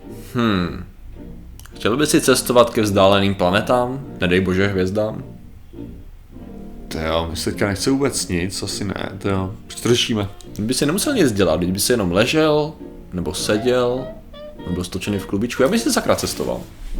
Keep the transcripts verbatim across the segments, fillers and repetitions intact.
Hmm. Chtěl by si cestovat ke vzdáleným planetám? Nedej bože hvězdám? To jo, my se teďka nechce vůbec nic, asi ne, to jo. Proč to řešíme? By si nemusel nic dělat, kdyby si jenom ležel, nebo seděl, nebo stočený v klubičku. Já bych si sakra cestoval.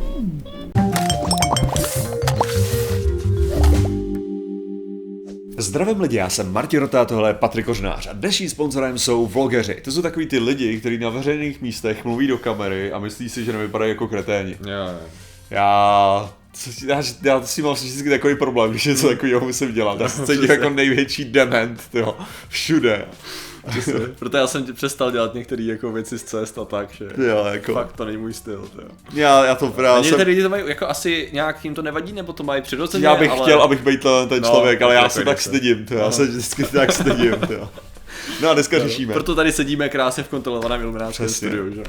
Zdravím lidi, já jsem Martin Rota, tohle je Patrik Kořenář a dnešním sponzorem jsou vlogeři. To jsou takový ty lidi, kteří na veřejných místech mluví do kamery a myslí si, že nevypadají jako kreténi. Jo, jo. Já... Já, já si mám vždycky takový problém, když něco takového musím dělat. Já se cítím jako největší dement, tyjo, všude. Přesně. Proto já jsem přestal dělat některé jako věci z cest a tak, že jo, jako... fakt to není můj styl. Tyjo. Já, já to právě jsem... Některý lidi to mají jako asi nějak jim to nevadí, nebo to mají přirozeně, já bych ale... chtěl, abych byl ten, ten no, člověk, ale já se tak nechce. stydím, tyjo. Já se vždycky tak stydím, tyjo. No a dneska no, řešíme. Proto tady sedíme krásně v kontrolovaném iluminářském studiu, že?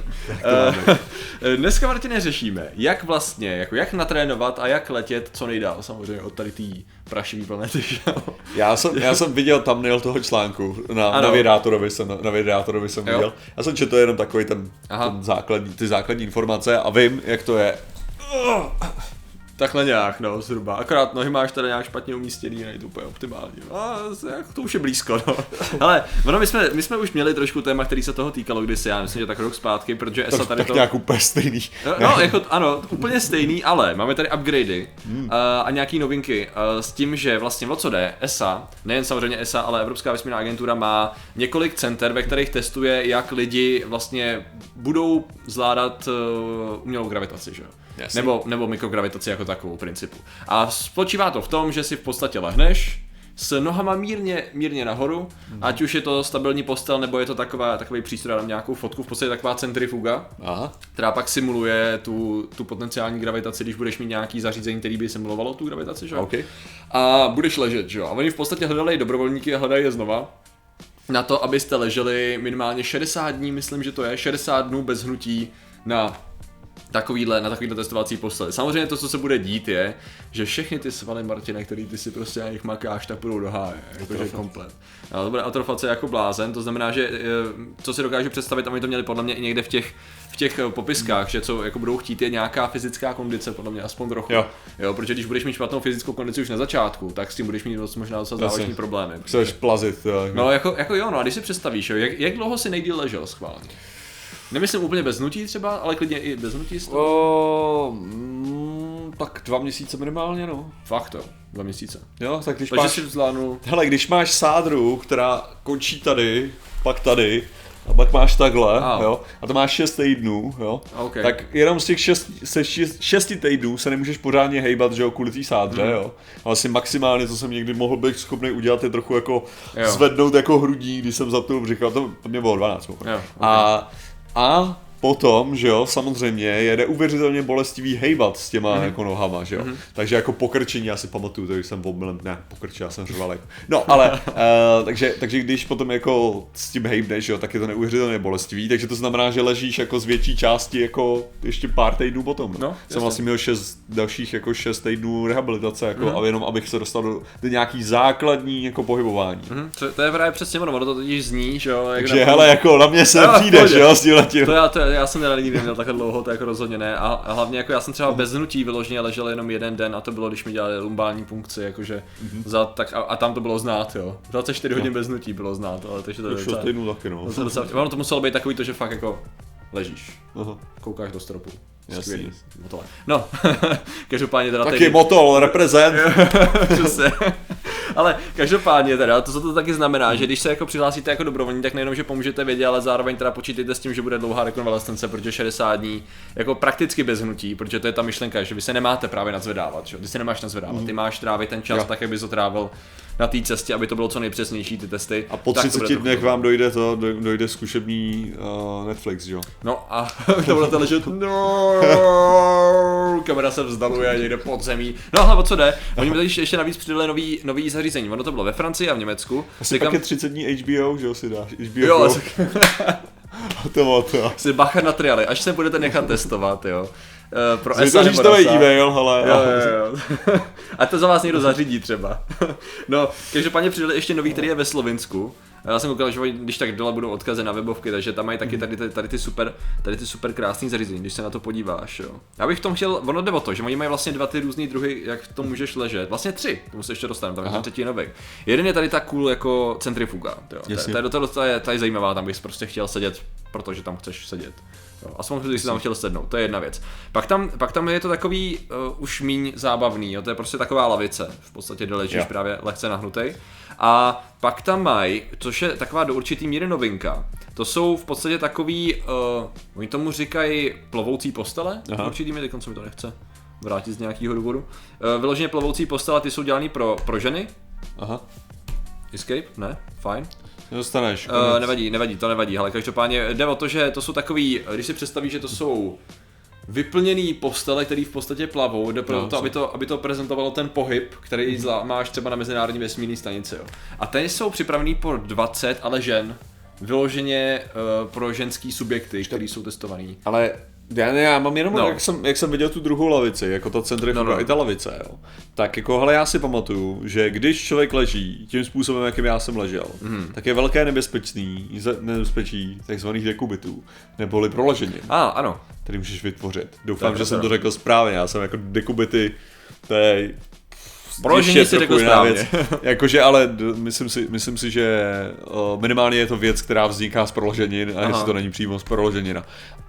Uh, dneska, Martine, řešíme, jak vlastně, jako jak natrénovat a jak letět co nejdál, samozřejmě od tady té prašivý planety, že? Já jsem, já jsem viděl thumbnail toho článku, na, na Vědátorovi jsem, na Vědátorovi jsem viděl. Já jsem četl jenom takový ten, ten základní, ty základní informace a vím, jak to je. Takhle nějak, no, zhruba. Akorát nohy máš tady nějak špatně umístěný, nejde úplně optimální. A to už je blízko, no. Ale ono, my jsme, my jsme už měli trošku téma, který se toho týkalo kdysi, já myslím, že tak rok zpátky, protože E S A tak, tady tak to... nějak úplně stejný. No, no jako, ano, úplně stejný, ale máme tady upgradey hmm. uh, a nějaký novinky uh, s tím, že vlastně o co jde, E S A, nejen samozřejmě E S A, ale Evropská vesmírná agentura má několik center, ve kterých testuje, jak lidi vlastně budou zvládat uh, umělou gravitaci, že jo. Nebo, nebo mikrogravitaci jako takovou principu. A spočívá to v tom, že si v podstatě lehneš s nohama mírně, mírně nahoru, mm. ať už je to stabilní postel, nebo je to taková, takový přístroj, já dám nějakou fotku, v podstatě taková centrifuga, Aha. která pak simuluje tu, tu potenciální gravitaci, když budeš mít nějaký zařízení, který by simulovalo tu gravitaci, že jo? Okay. A budeš ležet, že jo? A oni v podstatě hledali dobrovolníky a hledají je znova na to, abyste leželi minimálně šedesát dní, myslím, že to je, šedesát dnů bez hnutí na takovýhle, na takovýhle testovací posteli. Samozřejmě to, co se bude dít, je, že všechny ty svaly, Martine, který ty si prostě na nich makáš, tak budou do háje, jakože komplet. No, to bude atroface jako blázen, to znamená, že co si dokážu představit, a my to měli podle mě i někde v těch, v těch popiskách, hmm. že co jako budou chtít je nějaká fyzická kondice, podle mě aspoň trochu. Jo. Jo, protože když budeš mít špatnou fyzickou kondici už na začátku, tak s tím budeš mít možná docela závažný problémy. Chceš plazit. Jo. No jako, jako jo, no a když si představíš, jo, jak, jak dlouho si nejdýl ležel schválně? Nemyslím úplně bez hnutí třeba, ale klidně i bez hnutí. O, mm, tak dva měsíce minimálně, no. Fakt to, dva měsíce. Jo, tak když Takže máš... si vzládnu... Hele, když máš sádru, která končí tady, pak tady, a pak máš takhle, oh. jo, a to máš šest týdnů, jo, okay. tak jenom z těch šest, se šest, šesti týdnů se nemůžeš pořádně hejbat, že jo, kvůli té sádře, mm. jo. A vlastně maximálně, co jsem někdy mohl být schopný udělat, je trochu jako jo. zvednout jako hrudí, když jsem zapnul břicho, to mě bylo dvanáct. Jo, okay. A A potom, že jo, samozřejmě je neuvěřitelně bolestivý hejbat s těma mm-hmm. jako nohama, že jo. Mm-hmm. Takže jako pokrčení, já si pamatuju, takže jsem omylem, ne, pokrčil, já jsem řval jako. No, ale, uh, takže, takže když potom jako s tím hejbneš, že jo, tak je to neuvěřitelně bolestivý, takže to znamená, že ležíš jako z větší části jako ještě pár týdnů potom. No. No, jsem vlastně měl šest, dalších jako šest týdnů rehabilitace, jako, mm-hmm. a jenom abych se dostal do, do nějaký základní jako pohybování. Mm-hmm. To, to je právě přesně ono, to totiž zní, že jo. Takže hele, jako na mě se přijdeš, jo, s tímhletím. To já, to já jsem teda nikdy neměl takhle dlouho, to jako rozhodně ne. A, a hlavně jako já jsem třeba bez hnutí vyloženě ležel jenom jeden den a to bylo, když mi dělali lumbální punkci, jakože mm-hmm. za, tak, a, a tam to bylo znát, jo. dvacet čtyři hodin bez hnutí bylo znát, ale takže to je docela... týdnů taky, no. To, docela, ono to muselo být takový to, že fakt jako ležíš, Aha. koukáš do stropu. Skvělý. No, každopádně teda... Taky motol, reprezent. Přesně. Ale každopádně teda, to, co to taky znamená, že když se jako přihlásíte jako dobrovolník, tak nejenom, že pomůžete vědě, ale zároveň teda počítejte s tím, že bude dlouhá rekonvalescence, protože šedesát dní, jako prakticky bez hnutí, protože to je ta myšlenka, že vy se nemáte právě nadzvedávat, že? Ty se nemáš nadzvedávat, ty máš trávit ten čas, jo. tak jak bys ho trávil na té cestě, aby to bylo co nejpřesnější ty testy. A po třiceti dnech vám dojde to, dojde zkušební uh, Netflix, jo? No a to budete ležet, no, kamera se vzdaluje někde pod zemí. No ale o co jde? Oni mi ještě, ještě navíc přidali nový, nový zařízení. Ono to bylo ve Francii a v Německu. Asi pak je třicet dní H B O, že jo, si dáš. H B O. Jo, a to bylo to. Si bacha na triály, až se budete nechat testovat, jo. Uh, pro E S A nebo to e-mail, hele. Jo, jo, jo. A to za vás někdo zařídí třeba. No, každopádně přidali ještě nový, který je ve Slovinsku. Já jsem koukal, že oni, když tak dole budou odkazy na webovky, takže tam mají taky tady, tady, tady ty super, tady ty super krásný zařízení, když se na to podíváš, jo. Já bych v tom chtěl, ono jde o to, že oni mají vlastně dva ty různý druhy, jak to můžeš ležet. Vlastně tři, tomu se ještě dostaneme, tam je ten třetí nový. Jeden je tady ta cool jako centrifuga, jo. Ta, ta, ta, ta, je, ta je zajímavá, tam bys prostě chtěl sedět, protože tam chceš sedět. Jo, aspoň když jsi tam chtěl sednout, to je jedna věc. Pak tam, pak tam je to takový uh, už míň zábavný, jo, to je prostě taková lavice, v podstatě kde ležíš právě lehce nahnutej. A pak tam mají, což je taková do určitý míry novinka, to jsou v podstatě takový, uh, oni tomu říkají plovoucí postele, v určitý míry, teď mi to nechce vrátit z nějakého důvodu. Uh, vyloženě plovoucí postele, ty jsou dělaný pro, pro ženy. Aha. Escape? Ne? Fajn. Dostaneš. Uh, nevadí, nevadí, to nevadí, ale každopádně jde o to, že to jsou takový, když si představíš, že to jsou vyplněný postele, který v podstatě plavou, jde pro no, to, aby to, aby to prezentovalo ten pohyb, který mm. máš třeba na mezinárodní vesmírné stanici. Jo. A ten jsou připravený pro dvacet, ale žen, vyloženě uh, pro ženský subjekty, který jsou testovaný. Ale já, ne, já mám jenom, no. jak, jsem, jak jsem viděl tu druhou lavici, jako ta centrifuga, no, no. i ta lavice, jo. Tak jako, hele, já si pamatuju, že když člověk leží tím způsobem, jakým já jsem ležel, mm. tak je velké nebezpečný, nebezpečí takzvaných dekubitů, neboli proloženin. A, ah, ano. Který můžeš vytvořit. Doufám, tak, že jsem to řekl správně, já jsem jako dekubity, to je... Proložení si řekl správně. Jakože, ale myslím si, myslím si, že minimálně je to věc, která vzniká z proloženin, a jestli to není přímo z proloženina.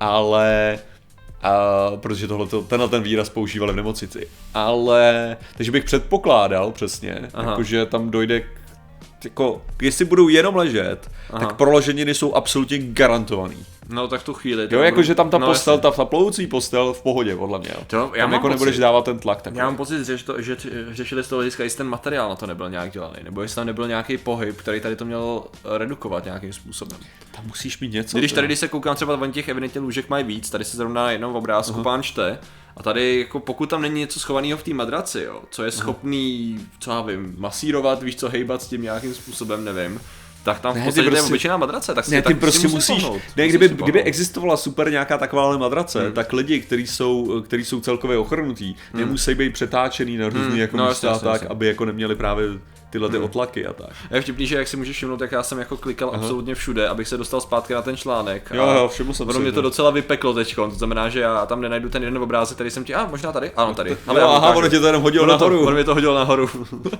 Ale, a, protože tohleto, tenhle ten výraz používali v nemocnici. Ale, takže bych předpokládal přesně, jakože tam dojde k, jako, jestli budou jenom ležet, Aha. tak proloženiny jsou absolutně garantovaný. No tak tu chvíli. Jo, jakože tam ta no, postel, ta, ta ploucí postel v pohodě, podle mě. To, já tam jako pocit, nebudeš dávat ten tlak. Takový. Já mám pocit, že, to, že řešili z toho hlediska, jestli ten materiál na to nebyl nějak dělaný, nebo jestli tam nebyl nějaký pohyb, který tady to měl redukovat nějakým způsobem. Tam musíš mít něco. Když tady, když se koukám třeba, oni těch evidentně lůžek mají víc, tady se zrovna na jednom obrázku uh-huh. pán čte, a tady jako pokud tam není něco schovaného v té madraci, jo, co je schopný, co já vím, masírovat, víš co, hejbat s tím nějakým způsobem, nevím. Tak tam v podstatě prostě, je obyčejná madrace, tak si, ne, ty tak prostě musíš, musíš pohnout. Ne, kdyby, kdyby existovala super nějaká takováhle madrace, hmm. tak lidi, kteří jsou, kteří jsou celkově ochrnutí, hmm. nemusí být přetáčený na různý hmm. jako no, místa jasně, tak, jasně. aby jako neměli právě tyhle ty hmm. otlaky a tak. Je vtipný, že jak si můžeš všimnout, tak já jsem jako klikal Aha. absolutně všude, abych se dostal zpátky na ten článek. Jo, jo, všiml jsem si. Mě to docela vypeklo teďko, to znamená, že já tam nenajdu ten jeden obrázek, který jsem ti, a možná tady, ano tady. Ale jo, aha, ono tě to jenom hodil nahoru. On mě to hodil nahoru.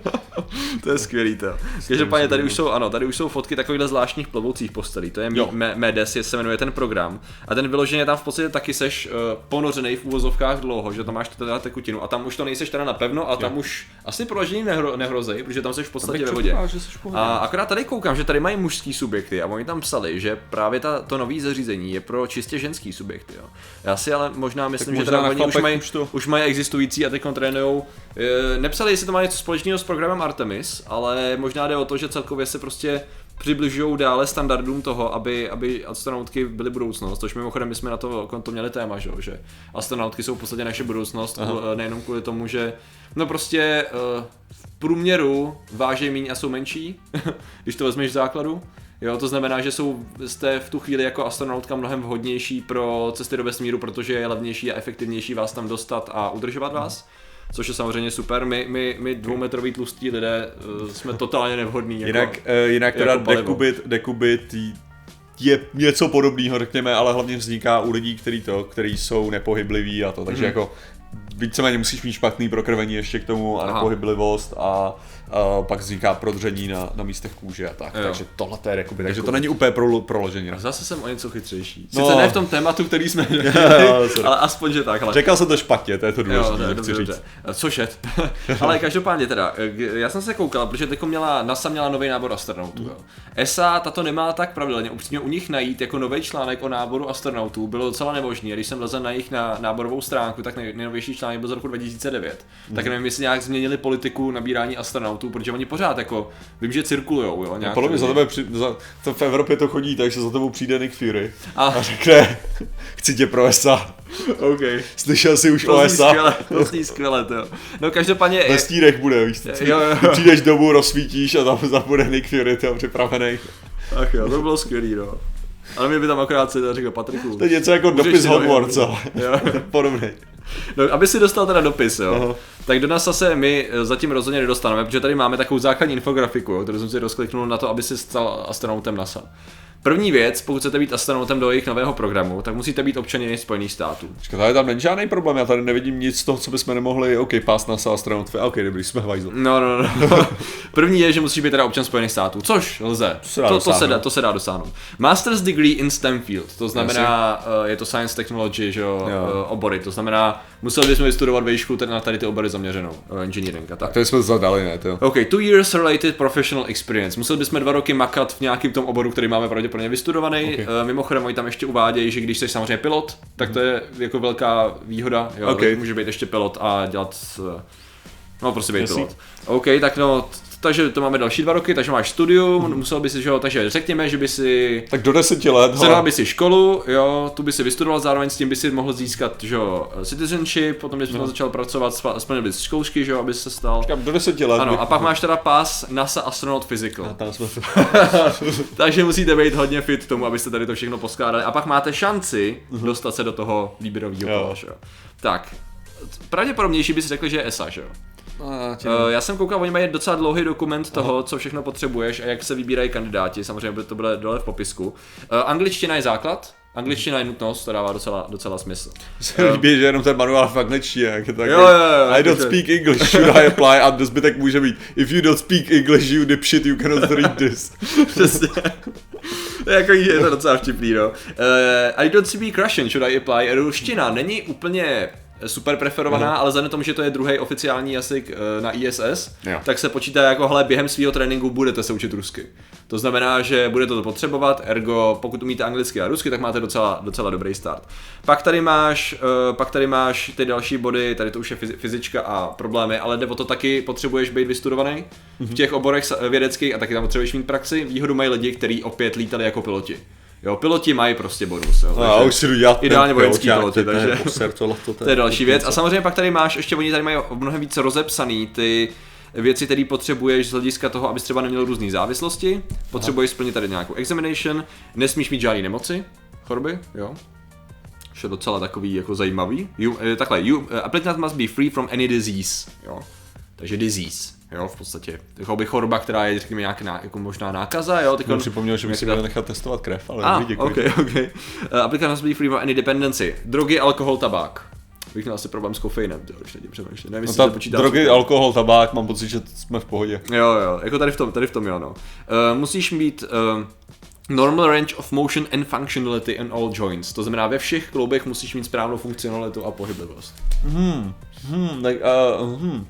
To je skvělý to. Každopádně tady už jsou, ano, tady už jsou fotky takovýchhle zvláštních plovoucích postelí. To je Medes, se jmenuje ten program. A ten vyloženě tam v podstatě taky seš uh, ponořený v úvozovkách dlouho, že tam máš teda tekutinu a tam už to nejseš teda napevno a tam jo. už asi proložení nehro, nehrozí, protože tam seš v podstatě ve vodě. A akorát tady koukám, že tady mají mužský subjekty a oni tam psali, že právě ta, to nový zařízení je pro čistě ženský subjekty. Jo. Já si ale možná myslím, možná že teda oni už mají, už mají existující a teď trénujou. E, nepsali, jestli to má něco společného s programem Artemis, ale možná jde o to, že celkově se prostě přibližují dále standardům toho, aby, aby astronautky byly budoucnost, což mimochodem my jsme na to, to měli téma, že, že astronautky jsou v podstatě naše budoucnost, Aha. nejenom kvůli tomu, že no prostě uh, v průměru váží méně a jsou menší, když to vezmeš v základu. Jo, to znamená, že jsou, jste v tu chvíli jako astronautka mnohem vhodnější pro cesty do vesmíru, protože je levnější a efektivnější vás tam dostat a udržovat vás. Což je samozřejmě super, my, my, my dvoumetrový tlustí lidé uh, jsme totálně nevhodní. Jako, jinak uh, jinak teda jako dekubit, dekubit je něco podobného, řekněme, ale hlavně vzniká u lidí, kteří to, kteří jsou nepohybliví a to, takže mm. jako víceméně musíš mít špatný prokrvení ještě k tomu a Aha. nepohyblivost a Uh, pak vzniká prodření na, na místech kůže a tak, jo. takže tohle je dekubit, takže to není úplně pro, proloženina. Zase jsem o něco chytřejší. Sice no. ne v tom tématu, který jsme měli, ale aspoň, že tak. Ale... Řekl jsem to špatně, to je to důležité, jo, chci říct. Cože? Ale každopádně teda, já jsem se koukal, protože teďko měla, NASA měla nový nábor astronautů. Mm. E S A tato nemá tak pravidelně, upřímně u nich najít jako nový článek o náboru astronautů bylo docela nemožný. Když jsem lezl na jejich na náborovou stránku, tak nej, nejnovější článek byl z roku dva tisíce devět. Mm. Tak nevím, jestli nějak změnili politiku nabírání astronautů, protože oni pořád jako, vím, že cirkulujou, jo, nějak. Podle mě za tebe, při, za, to v Evropě to chodí, takže za tebou přijde Nick Fury a, a řekne, chci tě pro E S A. OK. Slyšel jsi už to o E S A? Skvěle, to zní skvěle, to jo. No každopádně... Ve stírech bude, víš, ty, jo, jo. Ty přijdeš domů, rozsvítíš a tam, tam bude Nick Fury, ty připravený. Ach jo, to bylo skvělý, no. Ale mě by tam akorát se řekl, Patriku. To je něco jako dopis Hogwarts, ale podobný. No, aby si dostal teda dopis, jo. Aha. Tak do NASA se my zatím rozhodně nedostaneme, protože tady máme takovou základní infografiku, jo, kterou jsem si rozkliknul na to, aby si stal astronautem NASA. První věc, pokud chcete být astronautem do jejich nového programu, tak musíte být občany Spojených států. Počkej, tady tam není žádný problém, já tady nevidím nic z toho, co bychom nemohli, OK, pás NASA, astronaut, OK, dobrý, jsme hajzl. No, no, no. První je, že musíš být teda občan Spojených států, což lze, to se dá, to, to dosáhnout. se dá, to se dá dosáhnout. Master's degree in STEM field, to znamená, uh, je to science technology, že jo, uh, obory, to znamená, museli bychom vystudovat vejšku na tady ty obory zaměřenou, uh, engineering a tak. To jsme zadali, ne, to. OK, two years related professional experience. Museli bychom dva roky makat v nějakém tom oboru, který máme pravděpodobně vystudovaný. Okay. Uh, mimochodem, oni tam ještě uvádějí, že když jsi samozřejmě pilot, tak to je jako velká výhoda. Jo, okay. Může být ještě pilot a dělat, uh, no prostě být Jasný. pilot. OK, tak no, takže to máme další dva roky, takže máš studium, mm. musel by si, že jo, takže řekněme, že by si... Tak do deseti let, Zadal by si školu, jo, tu by si vystudoval, zároveň s tím by si mohl získat, že jo, citizenship, potom bys no. začal pracovat, splnil bys zkoušky, že jo, aby se stal. Říkám, do deseti let. Ano, bych... a pak máš teda pás NASA Astronaut Physical. A tam jsme to... Takže musíte být hodně fit tomu, abyste tady to všechno poskládali. A pak máte šanci uh-huh. dostat se do toho výběrového kola, že jo. Tak, pravděpodobnější bys řekl, že je E S A, že jo. Uh, já jsem koukal, oni mají docela dlouhý dokument toho, aha. co všechno potřebuješ a jak se vybírají kandidáti, samozřejmě to bude dole v popisku. Uh, angličtina je základ, angličtina je nutnost, to dává docela, docela smysl. Se líbí, že jenom ten manuál v angličtině, jak je to jo, jo, jo, I don't speak English, should I apply? A zbytek může být if you don't speak English, you dipshit, you cannot read this. Přesně. Jako je to docela vtipný, no. Uh, I don't speak Russian, should I apply? Ruština není úplně super preferovaná, uh-huh. ale vzhledem tomu, že to je druhý oficiální jazyk uh, na I S S, jo. tak se počítá jako, hele, během svého tréninku budete se učit rusky. To znamená, že budete to potřebovat, ergo pokud umíte anglicky a rusky, tak máte docela, docela dobrý start. Pak tady máš, uh, pak tady máš ty další body, tady to už je fyzička a problémy, ale jde o to taky, potřebuješ být vystudovaný uh-huh. v těch oborech vědeckých a taky tam potřebuješ mít praxi. Výhodu mají lidi, kteří opět lítali jako piloti. Jo, piloti mají prostě bonus, jo. No, už si jdu dělat ideálně vojenský piloty, takže poser, tohle, to, to je další věc. A samozřejmě pak tady máš, ještě oni tady mají mnohem víc rozepsaný ty věci, které potřebuješ z hlediska toho, abys třeba neměl různé závislosti. Potřebuješ splnit tady nějakou examination, nesmíš mít žádné nemoci, choroby, jo. Je docela takový jako zajímavý. You, eh, takhle, you, uh, applicant must be free from any disease, jo. Takže disease. Jo, v podstatě. Taková choroba, která je, řekněme, nějak ná, jako možná nákaza, jo. Jsem připomněl, že musíme ta... nechat testovat krev, ale ah, dobrý, děkuji. okay, okay. Uh, applicant must be free from any dependency. Drogy, alkohol, tabák. Bych měl asi problém s kofeinem, jo, když teď přemýšlím. Nevím, no ta drogy, co... alkohol, tabák, mám pocit, že jsme v pohodě. Jo, jo, jako tady v tom, tady v tom jo, no. Uh, musíš mít uh, normal range of motion and functionality in all joints. To znamená, ve všech kloubech musíš mít správnou funkcionalitu a pohyblivost. Hmm, hmm, like, uh, hmm.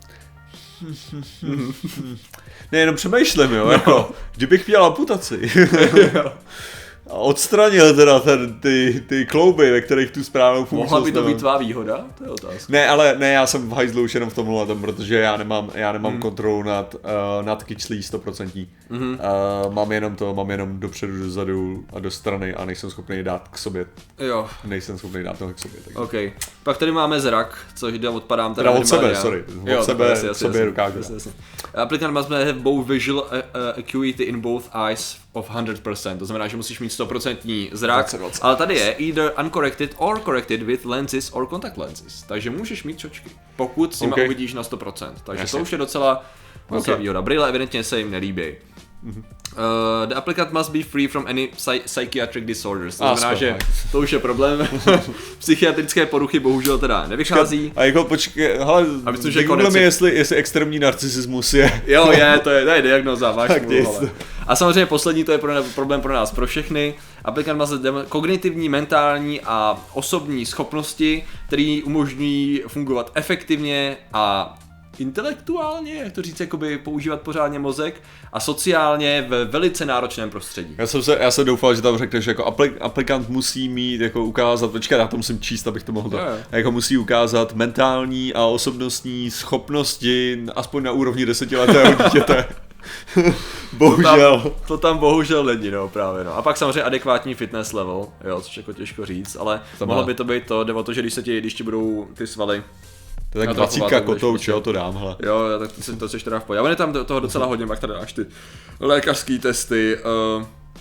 Ne, jenom přemýšlím, jo, no. Jako, kdybych měl amputaci a odstranil teda ten, ty, ty klouby, ve kterých tu správnou funkci. Mohla by to být tvá výhoda? To je otázka. Ne, ale ne, já jsem v hajzlu už jenom v tomhle tom, protože já nemám, já nemám hmm. kontrolu nad, uh, nad kyčlí sto procent. Mm-hmm. Uh, mám jenom to, mám jenom dopředu, dozadu a do strany a nejsem schopný dát k sobě. Jo. Nejsem schopný dát toho k sobě. Takže. OK. Pak tady máme zrak, což jde odpadám teda od sebe, sorry. Od jo, sebe, jasný, jasný, sobě rukáš. Applicant must have both visual uh, acuity in both eyes of one hundred percent. To znamená, že musíš mít sto procent zrak, dvacet, dvacet. Ale tady je either uncorrected or corrected with lenses or contact lenses. Takže můžeš mít čočky, pokud si okay. ma uvidíš na sto procent. Takže jasný. To už je docela, docela okay. výhoda. Brýle evidentně se jim nelíbí. Mm-hmm. Uh, the applicant must be free from any psy- psychiatric disorders. To znamená, že to už je problém. Psychiatrické poruchy bohužel teda nevychází. A jako počkej, hele, vygooglem mi, jestli, jestli extrémní narcismus je. Jo, je, to je, to je diagnoza, máš mluv, a samozřejmě poslední, to je pro, problém pro nás, pro všechny. Aplikant má kognitivní, mentální a osobní schopnosti, které umožňují fungovat efektivně a intelektuálně, jak to říct, jakoby používat pořádně mozek a sociálně ve velice náročném prostředí. Já jsem se, já jsem doufal, že tam řekneš, že jako aplik, aplikant musí mít, jako ukázat, počkat, já to musím číst, abych to mohl to, jako musí ukázat mentální a osobnostní schopnosti, aspoň na úrovni desetiletého dítěte. Bohužel. To tam, to tam bohužel není, no, právě, no. A pak samozřejmě adekvátní fitness level, jo, což jako těžko říct, ale to mohlo by to být to, jde o to, že když se ti, když ti budou ty svaly. To je tak dvacítka kotouč, jo, to dám, hele. Jo, tak to, to jsi teda v pohodě. A on je tam toho docela hodně, pak tady dáš ty lékařský testy. Uh,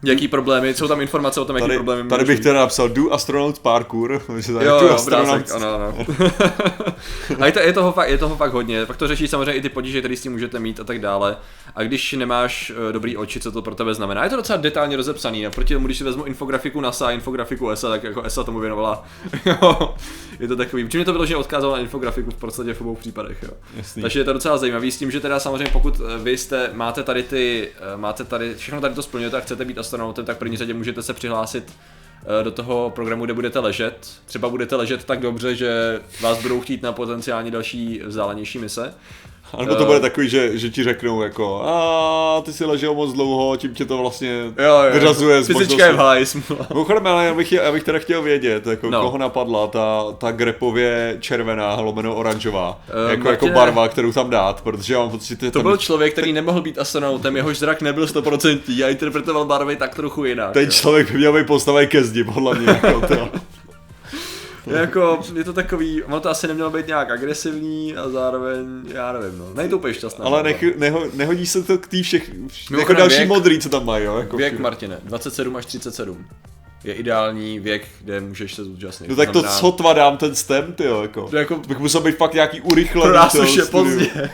jaký problémy, jsou tam informace o tom, jaký tady, problémy tady bych teda napsal do astronaut parkour, že tady jo, tu jo, astronaut... obrázek, ano, ano. A je, to, je, toho fakt, je toho fakt hodně, pak to řeší samozřejmě i ty potíže, které s tím můžete mít a tak dále. A když nemáš uh, dobrý oči, co to pro tebe znamená. Je to docela detailně rozepsaný, a proti tomu, když si vezmu infografiku NASA a infografiku E S A, tak jako E S A tomu věnovala. Je to takový, čím mě to vyloženě odkázalo na infografiku v podstatě v obou případech, jo. Jasný. Takže je to docela zajímavý s tím, že teda samozřejmě pokud vy jste, máte tady ty, máte tady, všechno tady to splňujete a chcete být astronautem, tak v první řadě můžete se přihlásit do toho programu, kde budete ležet. Třeba budete ležet tak dobře, že vás budou chtít na potenciální další vzdálenější mise. A nebo to bude takový, že, že ti řeknou jako a ty si ležel moc dlouho, tím tě to vlastně jo, jo. vyřazuje z fyzička je v háji, smula. Mimochodem, ale já bych, já bych teda chtěl vědět, jako no. koho napadla ta, ta grepově červená, lomeno oranžová, uh, jako, Martine, jako barva, kterou tam dát, protože já mám pocit, že to byl člověk, který nemohl být astronautem, jehož zrak nebyl sto procent a interpretoval barvy tak trochu jinak. Ten jo. člověk by měl být postavený ke zdi, podle mě. Jako to. Jako, je to takový, ono to asi nemělo být nějak agresivní a zároveň, já nevím, no, nejde to úplně šťastné. Ale nech, neho, nehodí se to k tý všech, jako další věk, modrý, co tam mají, jo. Jako věk, Martine, dvacet sedm až třicet sedm. Je ideální věk, kde můžeš se zúčastnit. No tak to znamená... sotva dám ten stem, tyjo, jako. To jako... Bych musel být fakt nějaký urychlený. Pro nás už je pozdě.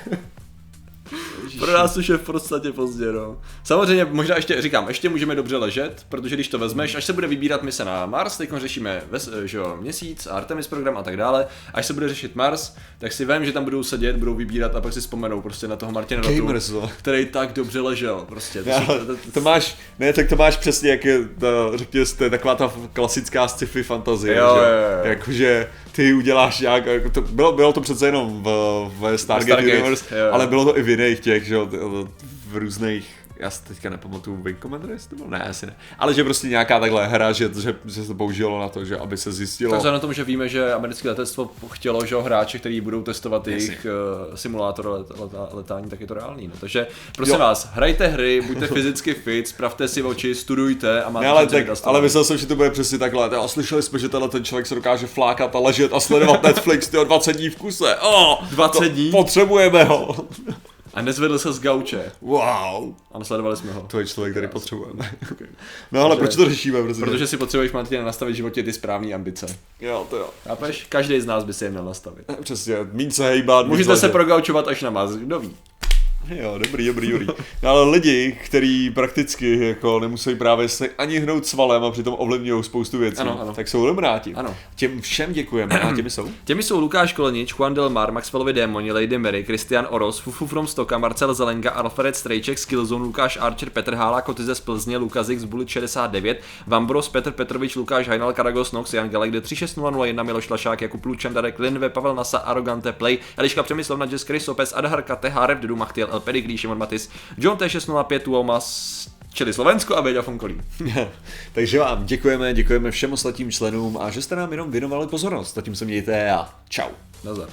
Pro nás už je v podstatě pozdě, no. Samozřejmě, možná ještě, říkám, ještě můžeme dobře ležet, protože když to vezmeš, až se bude vybírat mise na Mars, teď řešíme ves, že jo, měsíc, Artemis program a tak dále, až se bude řešit Mars, tak si vím, že tam budou sedět, budou vybírat a pak si vzpomenou prostě na toho Martina Rotu, který tak dobře ležel, prostě. To, já, si, to, to, to máš, ne, tak to máš přesně, jak je, to, řekněme, to je taková ta klasická sci-fi fantazie, jo, že? Jo, jo. Jakože ty uděláš nějak, jako to, bylo, bylo to přece jenom v, v Stargate, Stargate Universe, jo, jo. Ale bylo to i v jiných těch, že jo, v různých, já si teďka nepamatuju, Wing Commander, jestli to bylo? Ne, asi ne. Ale že prostě nějaká takhle hra, že, že, že se to použilo na to, že aby se zjistilo. Takže na tom, že víme, že americké letectvo chtělo, že hráče, kteří budou testovat jejich uh, simulátor let, let, letání, tak je to reálný. No. Takže prosím jo. vás, hrajte hry, buďte fyzicky fit, spravte si oči, studujte a máte ne, ale, tak, ale myslel jsem, že to bude přesně takhle. A slyšeli jsme, že tenhle ten člověk se dokáže flákat a ležet a sledovat Netflix tyho dvacet dní v kuse. Oh, dvacet dní? Potřebujeme ho. A nezvedl se z gauče. Wow. A nasledovali jsme ho. To je člověk, který potřebujeme. Okay. No ale proč to řešíme? Protože, protože si potřebuješ, Martina, nastavit v životě ty správné ambice. Jo, to jo. Chápeš? Každý z nás by si je měl nastavit. Přesně, míň se hejbat. Můžete se progaučovat až na Mars, kdo ví. Jo, dobrý, dobrý, dobrý. No, ale lidi, kteří prakticky jako nemusí právě se ani hnout svalem a přitom ovlivňují spoustu věcí, ano, ano. tak jsou dobráti. Ano. Těm všem děkujeme. A těmi jsou? Těmi jsou Lukáš Kolenič, Juan Del Mar, Maxwellovi démoni, Lady Mary, Christian Oros, Fufu from Stoka, Marcel Zelenka, Alfred Strejček, Skillzone, Lukáš Archer, Petr Hála, Kotyze z Plzně, Lukazix, Bullet šedesát devět, Vambros, Petr Petrovič, Lukáš Hajnal, Karagos Nox, Jan Galek, tři šest nula nula jedna, Miloš Lašák, Jakub Lučandarek, Linve, Pavel Nasa, Arrogante Play, Eliška Přemyslovna, Jess Chris Sopes, Adhar Kate, Harev, Dedu Machtiel, El Pedigree, Šimon Matis, John T šest nula pět, Tuomas, čili Slovensko a Béďa Fonkolí. Takže vám děkujeme, děkujeme všem ostatním členům a že jste nám jenom věnovali pozornost. Zatím se mějte a čau. Nazdar.